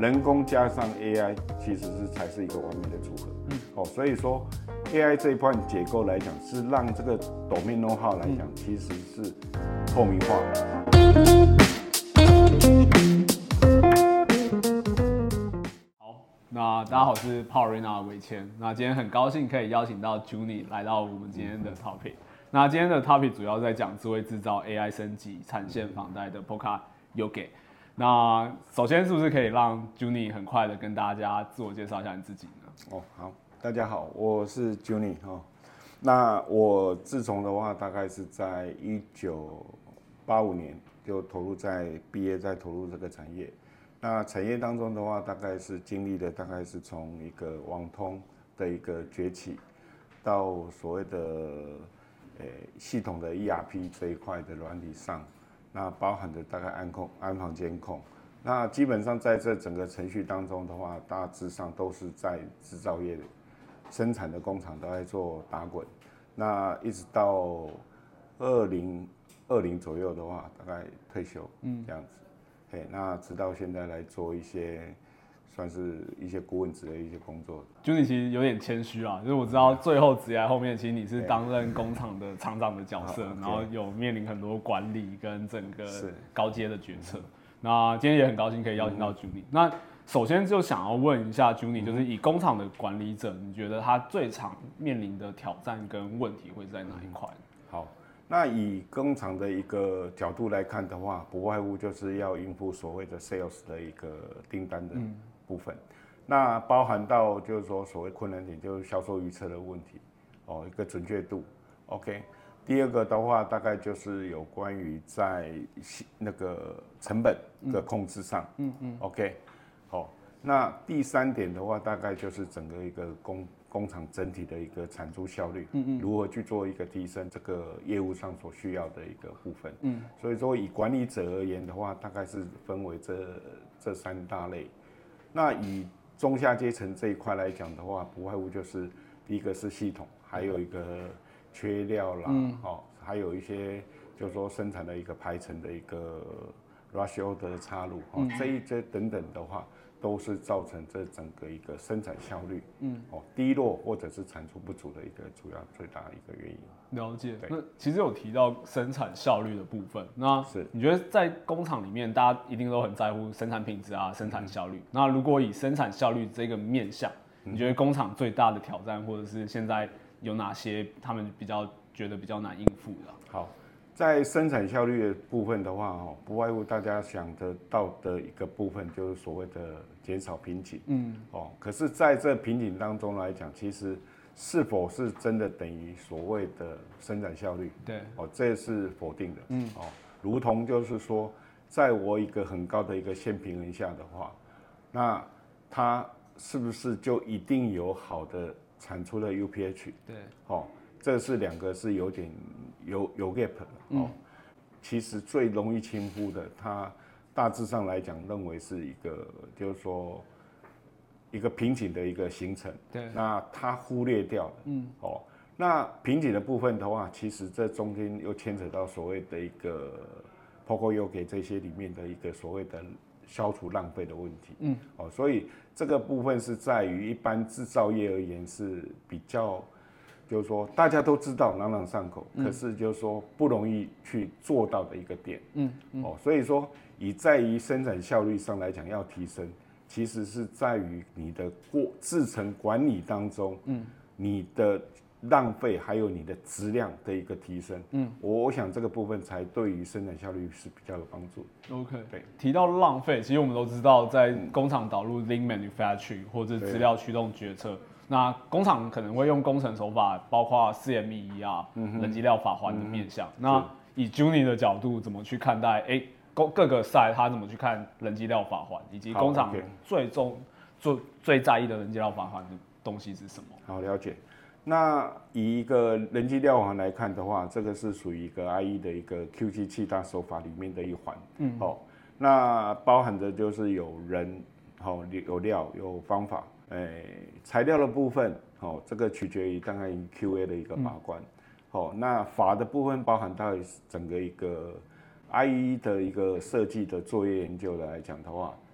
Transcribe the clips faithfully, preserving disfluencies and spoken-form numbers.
人工加上 A I 其实是才是一个完美的组合。嗯，哦，所以说 A I 这一块结构来讲，是让这个 domain know-how 来讲，其实是透明化的。 好，那大家好，我是 Power Arena 的伟谦。那今天很高兴可以邀请到 Juni 来到我们今天的 topic。那今天的 topic 主要在讲智慧制造 A I 升级产线房贷的 Polka Yoga。那首先是不是可以让 Juni 很快的跟大家自我介绍一下你自己呢？ 哦，好，大家好，我是 Juni 哈、哦。那我自从的话，大概是在一九八五年就投入在毕业，再投入这个产业。那产业当中的话，大概是经历的大概是从一个网通的一个崛起，到所谓的呃系统的 E R P 这一块的软体上，那包含的大概安控、安防监控。那基本上在这整个程序当中的话，大致上都是在制造业生产的工厂都在做打滚。那一直到二零二零左右的话，大概退休，嗯，这样子。嘿，那直到现在来做一些，算是一些顾问职的一些工作。 就你其实有点谦虚啊，就是我知道最后职涯后面，其实你是担任工厂的厂长的角色，然后有面临很多管理跟整个高阶的决策。那今天也很高兴可以邀请到 Juni。那首先就想要问一下 Juni， 就是以工厂的管理者，你觉得他最常面临的挑战跟问题会在哪一块？ 好。那以工厂的一个角度来看的话，不外乎就是要应付所谓的 sales 的一个订单的部分，嗯、那包含到就是说所谓困难点，就是销售预测的问题，哦，一个准确度 ，OK。第二个的话，大概就是有关于在那个成本的控制上，嗯嗯 ，OK， 好。那第三点的话，大概就是整个一个工工厂整体的一个产出效率，嗯嗯，如何去做一个提升这个业务上所需要的一个部分，嗯，所以说以管理者而言的话，大概是分为这这三大类。那以中下阶层这一块来讲的话，不外乎就是第一个是系统，还有一个缺料啦，嗯、哦，还有一些就是说生产的一个排程的一个 rush order 的插入，哦，嗯、这一些等等的话。都是造成这整个一个生产效率，嗯，哦低落或者是产出不足的一个主要最大的一个原因。 了解。那其实有提到生产效率的部分，那你觉得在工厂里面，大家一定都很在乎生产品质啊、生产效率。嗯、那如果以生产效率这个面向，你觉得工厂最大的挑战，或者是现在有哪些他们比较觉得比较难应付的？ 好。在生产效率的部分的话，哦，不外乎大家想得到的一个部分，就是所谓的减少瓶颈。嗯，哦，可是在这瓶颈当中来讲，其实是否是真的等于所谓的生产效率？ 对， 哦，这是否定的。嗯，哦，如同就是说，在我一个很高的一个线平衡下的话，那它是不是就一定有好的产出的 U P H？ 对， 哦。这是两个是有点有有 gap 的哦，嗯、其实最容易轻忽的，它大致上来讲认为是一个就是说一个瓶颈的一个形成， 对， 那它忽略掉了，嗯，哦，那瓶颈的部分的话，其实这中间又牵扯到所谓的一个 Polka Yoga 这些里面的一个所谓的消除浪费的问题，嗯，哦，所以这个部分是在于一般制造业而言是比较。就是说，大家都知道朗朗上口，嗯、可是就是说不容易去做到的一个点，嗯，嗯哦，所以说以在于生产效率上来讲要提升，其实是在于你的过制程管理当中，嗯，你的浪费还有你的质量的一个提升，嗯，我我想这个部分才对于生产效率是比较有帮助。 OK， 对，提到浪费，其实我们都知道，在工厂导入 Lean Manufacturing 或者资料驱动决策。那工厂可能会用工程手法，包括 C M E 啊、嗯、人机料法环的面向。嗯、那以 Juni 的角度，怎么去看待？哎，各个 site 他怎么去看人机料法环，以及工厂最重、最最在意的人机料法环的东西是什么？ 好，了解。那以一个人机料法环来看的话，这个是属于一个 I E 的一个 Q 七 七大手法里面的一环。嗯，哦，那包含的就是有人，好、哦、有料有方法。诶，材料的部分，哦，这个取决于当然 Q A 的一个把关，嗯、哦，那法的部分包含到整个一个 I E 的一个设计的作业研究的来讲的话，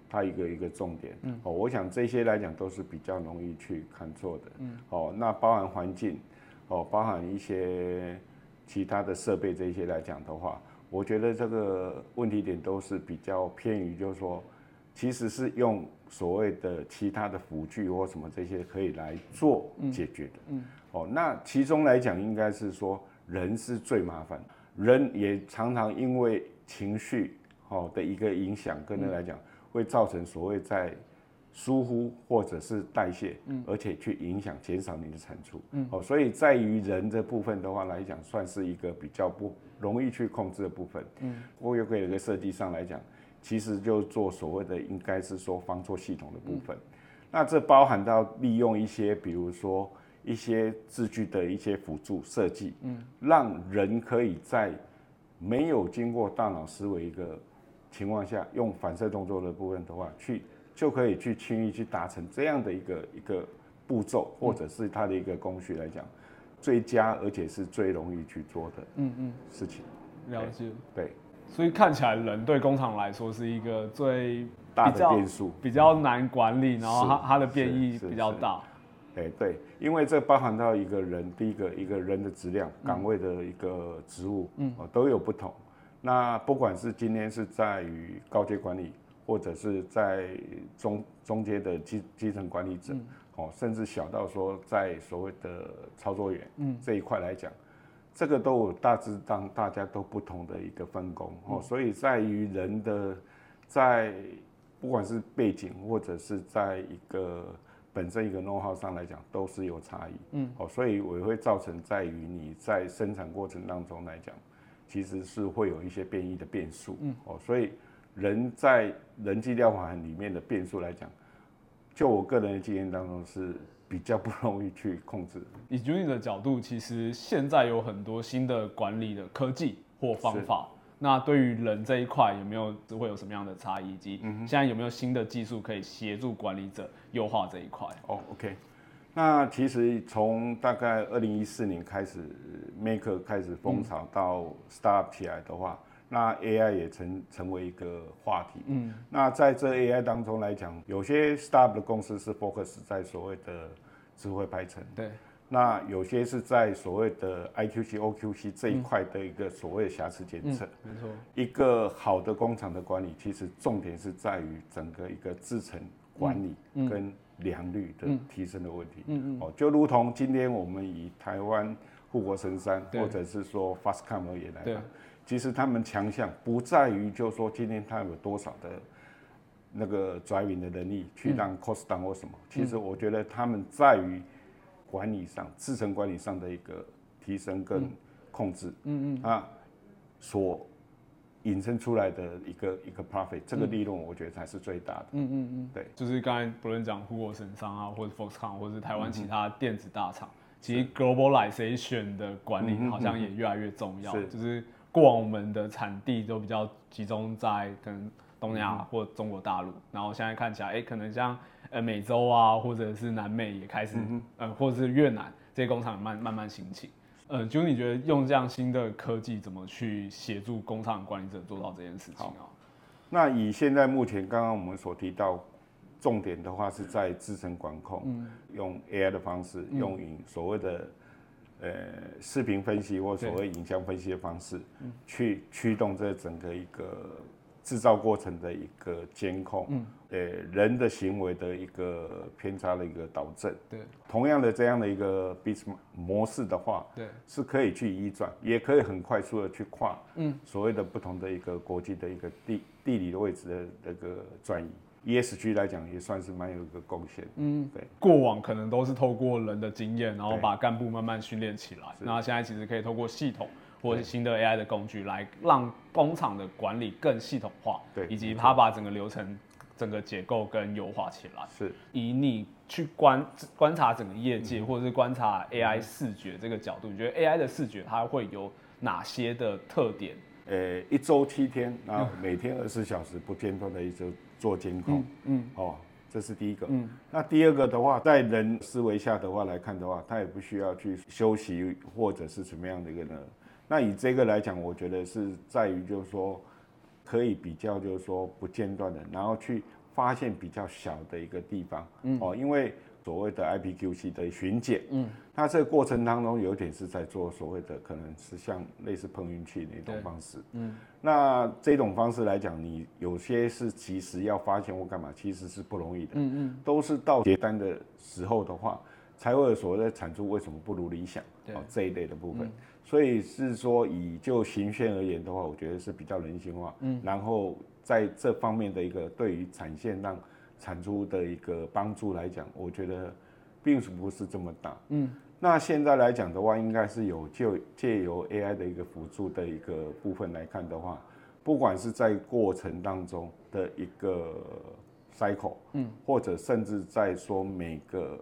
它一个一个重点。嗯，哦，我想这些来讲都是比较容易去看错的。嗯，哦，那包含环境，哦，包含一些其他的设备这些来讲的话，我觉得这个问题点都是比较偏于，就是说，其实是用所谓的其他的辅具或什么这些可以来做解决的。嗯，哦，那其中来讲应该是说人是最麻烦的，人也常常因为情绪哦的一个影响，跟那来讲。会造成所谓在疏忽或者是代谢，嗯，而且去影响减少你的产出，嗯，哦，所以在于人这部分的话来讲，算是一个比较不容易去控制的部分，嗯，我有个有个设计上来讲，其实就做所谓的应该是说防错系统的部分，嗯，那这包含到利用一些比如说一些字句的一些辅助设计，嗯，让人可以在没有经过大脑思维一个情况下，用反射动作的部分的话，去就可以去轻易去达成这样的一个一个步骤，或者是它的一个工序来讲，最佳而且是最容易去做的嗯嗯事情。 了解。 对， 所以看起来人对工厂来说是一个最大的变数， 比较难管理，然后它它的变异比较大。 哎，对，因为这包含到一个人，第一个一个人的质量、岗位的一个职务，嗯，哦，都有不同。那不管是今天是在于高阶管理，或者是在中中阶的基基层管理者，嗯，哦，甚至小到说在所谓的操作员，嗯，这一块来讲，这个都有大致让大家都不同的一个分工，哦，嗯，所以在于人的在不管是背景或者是在一个本身一个 know how 上来讲，都是有差异，嗯，哦，所以也会造成在于你在生产过程当中来讲。其实是会有一些变异的变数，嗯，哦，所以人在人机疗法里面的变数来讲，就我个人的经验当中是比较不容易去控制。 以 Juni 的角度，其实现在有很多新的管理的科技或方法，那对于人这一块有没有会有什么样的差异，以及现在有没有新的技术可以协助管理者优化这一块？ 哦 ，OK。那其实从大概二零一四年开始 ，Maker 开始风潮到 Startup 起来的话，那 A I 也成成为一个话题。嗯，那在这 A I 当中来讲，有些 Startup 的公司是 focus 在所谓的智慧排程， 对。 那有些是在所谓的 I Q C、O Q C 这一块的一个所谓的瑕疵检测。 嗯，没错。 一个好的工厂的管理，其实重点是在于整个一个制程管理跟良率的提升的问题，嗯嗯，哦，就如同今天我们以台湾护国神山或者是说 Fastcom 而言来讲，其实他们强项不在于就说今天他有多少的那个 driving 的能力去让 cost down 或什么，其实我觉得他们在于管理上、制程管理上的一个提升跟控制，嗯嗯，啊，所引申出来的一个一个 profit， 这个利润我觉得才是最大的。嗯嗯嗯，对， 就是刚才不论讲护国神山啊，或者 Foxconn， 或者是台湾其他电子大厂，嗯，其实 globalization 的管理好像也越来越重要。嗯，就是过往我们的产地都比较集中在可能东亚或中国大陆，然后现在看起来，哎，可能像呃美洲啊，或者是南美也开始，嗯呃，或者是越南这些工厂慢慢慢兴起。呃，就你觉得用这样新的科技怎么去协助工厂管理者做到这件事情啊？ 那以现在目前刚刚我们所提到，重点的话是在制程管控，嗯，用 A I 的方式，嗯，用影所谓的呃视频分析或所谓影像分析的方式，嗯，去驱动这整个一个制造过程的一个监控，嗯，呃人的行为的一个偏差的一个导正， 对， 同样的这样的一个 business 模式的话，对，是可以去移转，也可以很快速的去跨，嗯，所谓的不同的一个国际的一个地地理的位置的那个转移。E S G 来讲也算是蛮有一个贡献，嗯，对。 过往可能都是透过人的经验，然后把干部慢慢训练起来，那现在其实可以透过系统或者新的 A I 的工具来让工厂的管理更系统化，对，以及它把整个流程、整个结构跟优化起来。是，以你去观观察整个业界，嗯，或者是观察 A I 视觉这个角度，你觉得 A I 的视觉它会有哪些的特点？ 呃，一周七天，然后每天二十四小时不间断的一周做监控，嗯，嗯，哦，这是第一个。嗯，那第二个的话，在人思维下的话来看的话，他也不需要去休息或者是什么样的一个呢？那以这个来讲，我觉得是在于就是说，可以比较就是说不间断的，然后去发现比较小的一个地方，嗯，哦，因为所谓的 I P Q C 的巡检，嗯，它这个过程当中有点是在做所谓的可能是像类似碰运气那种方式，嗯，那这种方式来讲，你有些是及时要发现或干嘛，其实是不容易的，嗯嗯，都是到结单的时候的话，才会有所谓的产出为什么不如理想，哦，这一类的部分。嗯，所以是说，以就行线而言的话，我觉得是比较人性化。嗯，然后在这方面的一个对于产线让产出的一个帮助来讲，我觉得并不是这么大。嗯，那现在来讲的话，应该是有就借由 A I 的一个辅助的一个部分来看的话，不管是在过程当中的一个 cycle， 嗯，或者甚至在说每个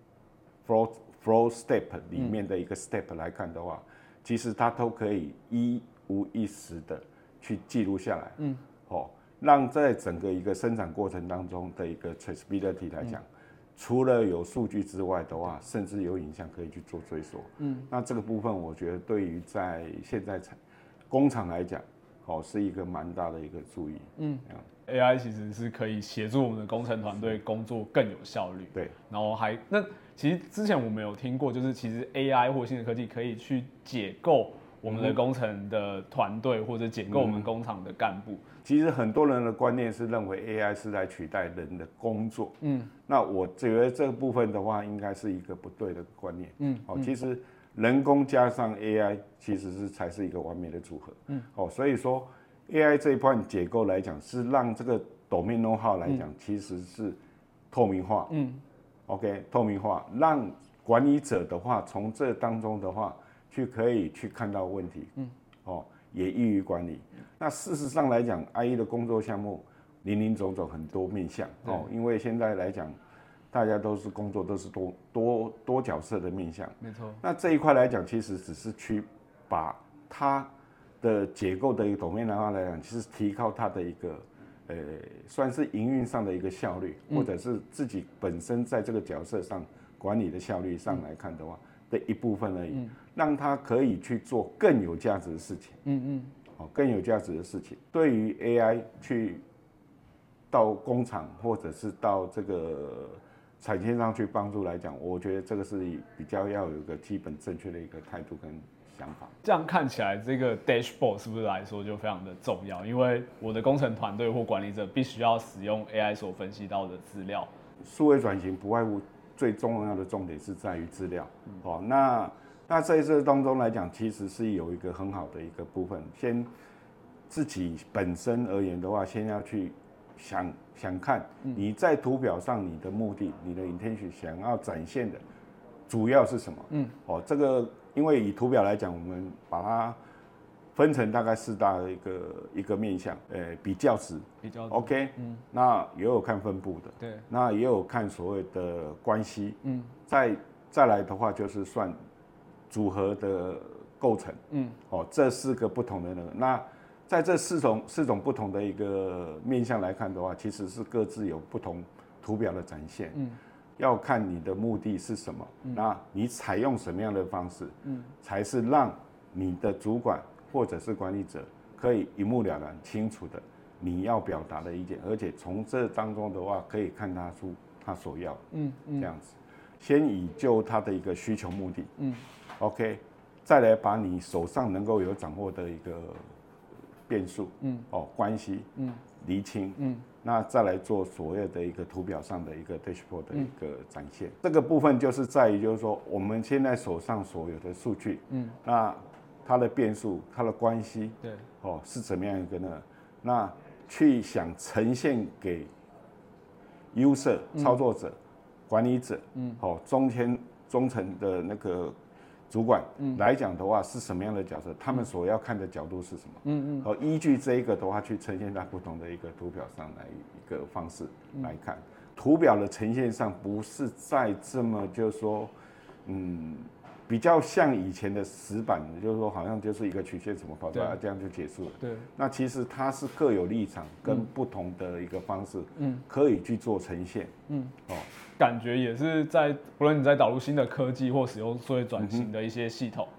flow flow step 里面的一个 step 来看的话，嗯，其实它都可以一五一十的去记录下来，嗯，哦，让在整个一个生产过程当中的一个 traceability 来讲，嗯，除了有数据之外的话，甚至有影像可以去做追溯，嗯，那这个部分我觉得对于在现在工厂来讲，哦，是一个蛮大的一个注意，嗯。 A I 其实是可以协助我们的工程团队工作更有效率。 对， 然后还那其实之前我们有听过，就是其实 A I 或新的科技可以去解构我们的工程的团队，或者解构我们工厂的干部。 其实很多人的观念是认为 A I 是来取代人的工作。嗯，那我觉得这个部分的话，应该是一个不对的观念。嗯，哦，其实人工加上 A I 其实是才是一个完美的组合。嗯，哦，所以说。A I 这一块结构来讲，是让这个 domain know-how 来讲，嗯，其实是透明化。嗯 ，OK， 透明化，让管理者的话，从这当中的话，去可以去看到问题。嗯，哦，也易于管理。那事实上来讲 ，I E 的工作项目林林总总很多面向。哦，因为现在来讲，大家都是工作都是多多多角色的面向。 没错。 那这一块来讲，其实只是去把它的结构的一个domain know-how来讲，其实提高它的一个，呃，算是营运上的一个效率，嗯，或者是自己本身在这个角色上管理的效率上来看的话，的一部分而已，嗯，让它可以去做更有价值的事情，嗯嗯，哦，更有价值的事情。对于 A I 去到工厂或者是到这个产线上去帮助来讲，我觉得这个是比较要有一个基本正确的一个态度跟想法。 这样看起来，这个 dashboard 是不是来说就非常的重要？因为我的工程团队或管理者必须要使用 A I 所分析到的资料。 数位转型不外乎最重要的重点是在于资料。嗯，哦，那那在这当中来讲，其实是有一个很好的一个部分。先自己本身而言的话，先要去想想看你在图表上你的目的、你的 intention 想要展现的主要是什么？嗯，哦，这个。因为以图表来讲，我们把它分成大概四大的一个一个面向，呃，比较值， 比较值 ，OK， 嗯，那也有看分布的， 对， 那也有看所谓的关系，嗯，再再来的话就是算组合的构成，嗯，哦，这四个不同的那个，那在这四种四种不同的一个面向来看的话，其实是各自有不同图表的展现，嗯。要看你的目的是什么，嗯，那你采用什么样的方式，嗯，才是让你的主管或者是管理者可以一目了然、清楚的你要表达的意见，而且从这当中的话，可以看他出他所要的，嗯嗯，这样子，先以就他的一个需求目的，嗯 ，OK， 再来把你手上能够有掌握的一个变数，嗯，哦，关系，嗯，厘清，嗯。那再来做所谓的一个图表上的一个 dashboard 的一个展现，嗯，这个部分就是在于，就是说我们现在手上所有的数据，嗯，那它的变数、它的关系， 对， 哦，是怎么样一个呢？那去想呈现给 user 操作者、嗯、管理者，嗯，哦，中间中层的那个主管来讲的话，是什么样的角色？他们所要看的角度是什么？嗯嗯。好，依据这一个的话，去呈现在不同的一个图表上来一个方式来看。图表的呈现上不是再这么就是说，嗯，比较像以前的死板，就是说好像就是一个曲线什么跑出来，这样就结束了。 对。 那其实它是各有立场跟不同的一个方式，嗯，可以去做呈现。嗯。哦。 感觉也是在，不论你在导入新的科技或使用数位转型的一些系统，嗯、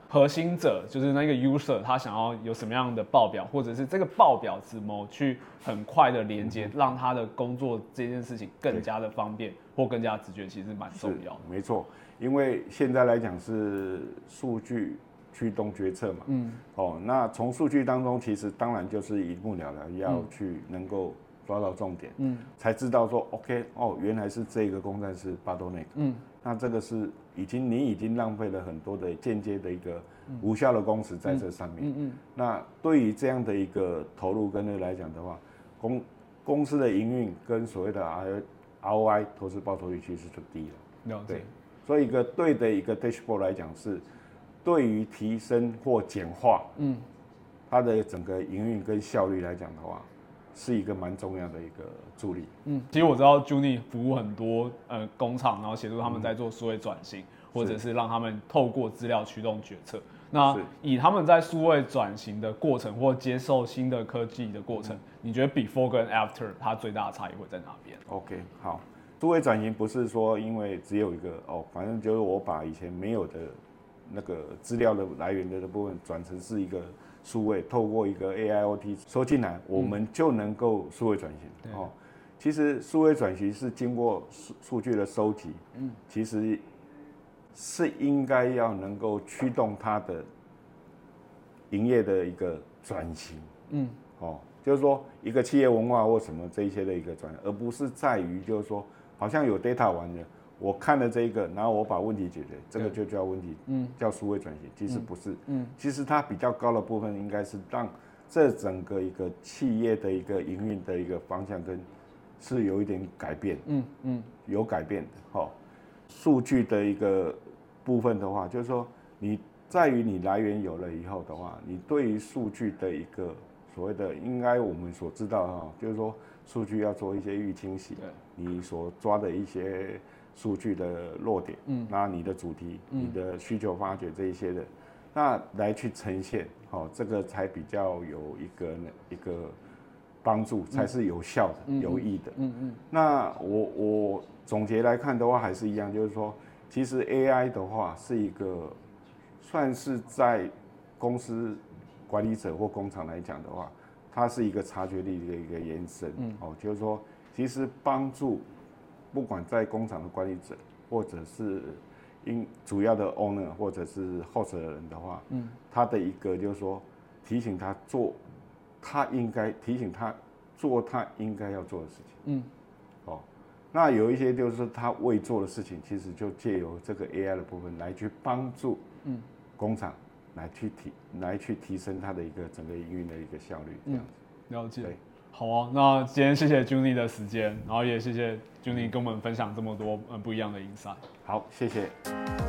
核心者就是那个 user， 他想要有什么样的报表，或者是这个报表怎么去很快的连接，让他的工作这件事情更加的方便或更加直觉，其实蛮重要的。 没错，因为现在来讲是数据驱动决策嘛，嗯，哦，那从数据当中，其实当然就是一目了然，要去能够抓到重点，嗯，才知道说 ，OK， 哦，原来是这个公站是 bottleneck，嗯，那这个是已经你已经浪费了很多的间接的一个无效的工时在这上面，嗯嗯，那对于这样的一个投入跟那个来讲的话，公公司的营运跟所谓的 R O I 投资报酬率其实就低了， 了解， 所以一个对的一个 dashboard 来讲是。对于提升或简化，嗯，它的整个营运跟效率来讲的话，是一个蛮重要的一个助力。 嗯，其实我知道 Juni 服务很多呃工厂，然后协助他们在做数位转型，嗯、或者是让他们透过资料驱动决策。那以他们在数位转型的过程或接受新的科技的过程，嗯、你觉得 before 跟 after 它最大的差异会在哪边 ？OK， 好，数位转型不是说因为只有一个哦，反正就是我把以前没有的。那个资料的来源的部分转成是一个数位，透过一个 A I O T 收进来，我们就能够数位转型。哦，其实数位转型是经过数数据的收集，嗯，其实是应该要能够驱动它的营业的一个转型，嗯，哦，就是说一个企业文化或什么这一些的一个转型，而不是在于就是说好像有 data 完了。我看了这一个，然后我把问题解决，这个就叫问题，嗯，叫数位转型。其实不是，嗯，其实它比较高的部分应该是让这整个一个企业的一个营运的一个方向跟是有一点改变，嗯嗯，有改变的，哈。数据的一个部分的话，就是说你在于你来源有了以后的话，你对于数据的一个所谓的应该我们所知道哈，就是说数据要做一些预清洗，你所抓的一些。数据的弱点，嗯，那你的主题、嗯、你的需求发掘这一些的，那来去呈现，好、哦，这个才比较有一个一个帮助，才是有效的、嗯、有益的。嗯嗯。那我我总结来看的话，还是一样，就是说，其实 A I 的话是一个算是在公司管理者或工厂来讲的话，它是一个察觉力的一个延伸。嗯。哦，就是说，其实帮助。不管在工厂的管理者，或者是因主要的 owner， 或者是后者的人的话，嗯，他的一个就是说提醒他做，他应该提醒他做他应该要做的事情，嗯，哦，那有一些就是他未做的事情，其实就借由这个 A I 的部分来去帮助，嗯，工厂来去提来去提升它的一个整个营运的一个效率，这样子， 嗯、了解。对。好啊，那今天谢谢 Juni 的时间，然后也谢谢 Juni 跟我们分享这么多呃不一样的 insight。 好，谢谢。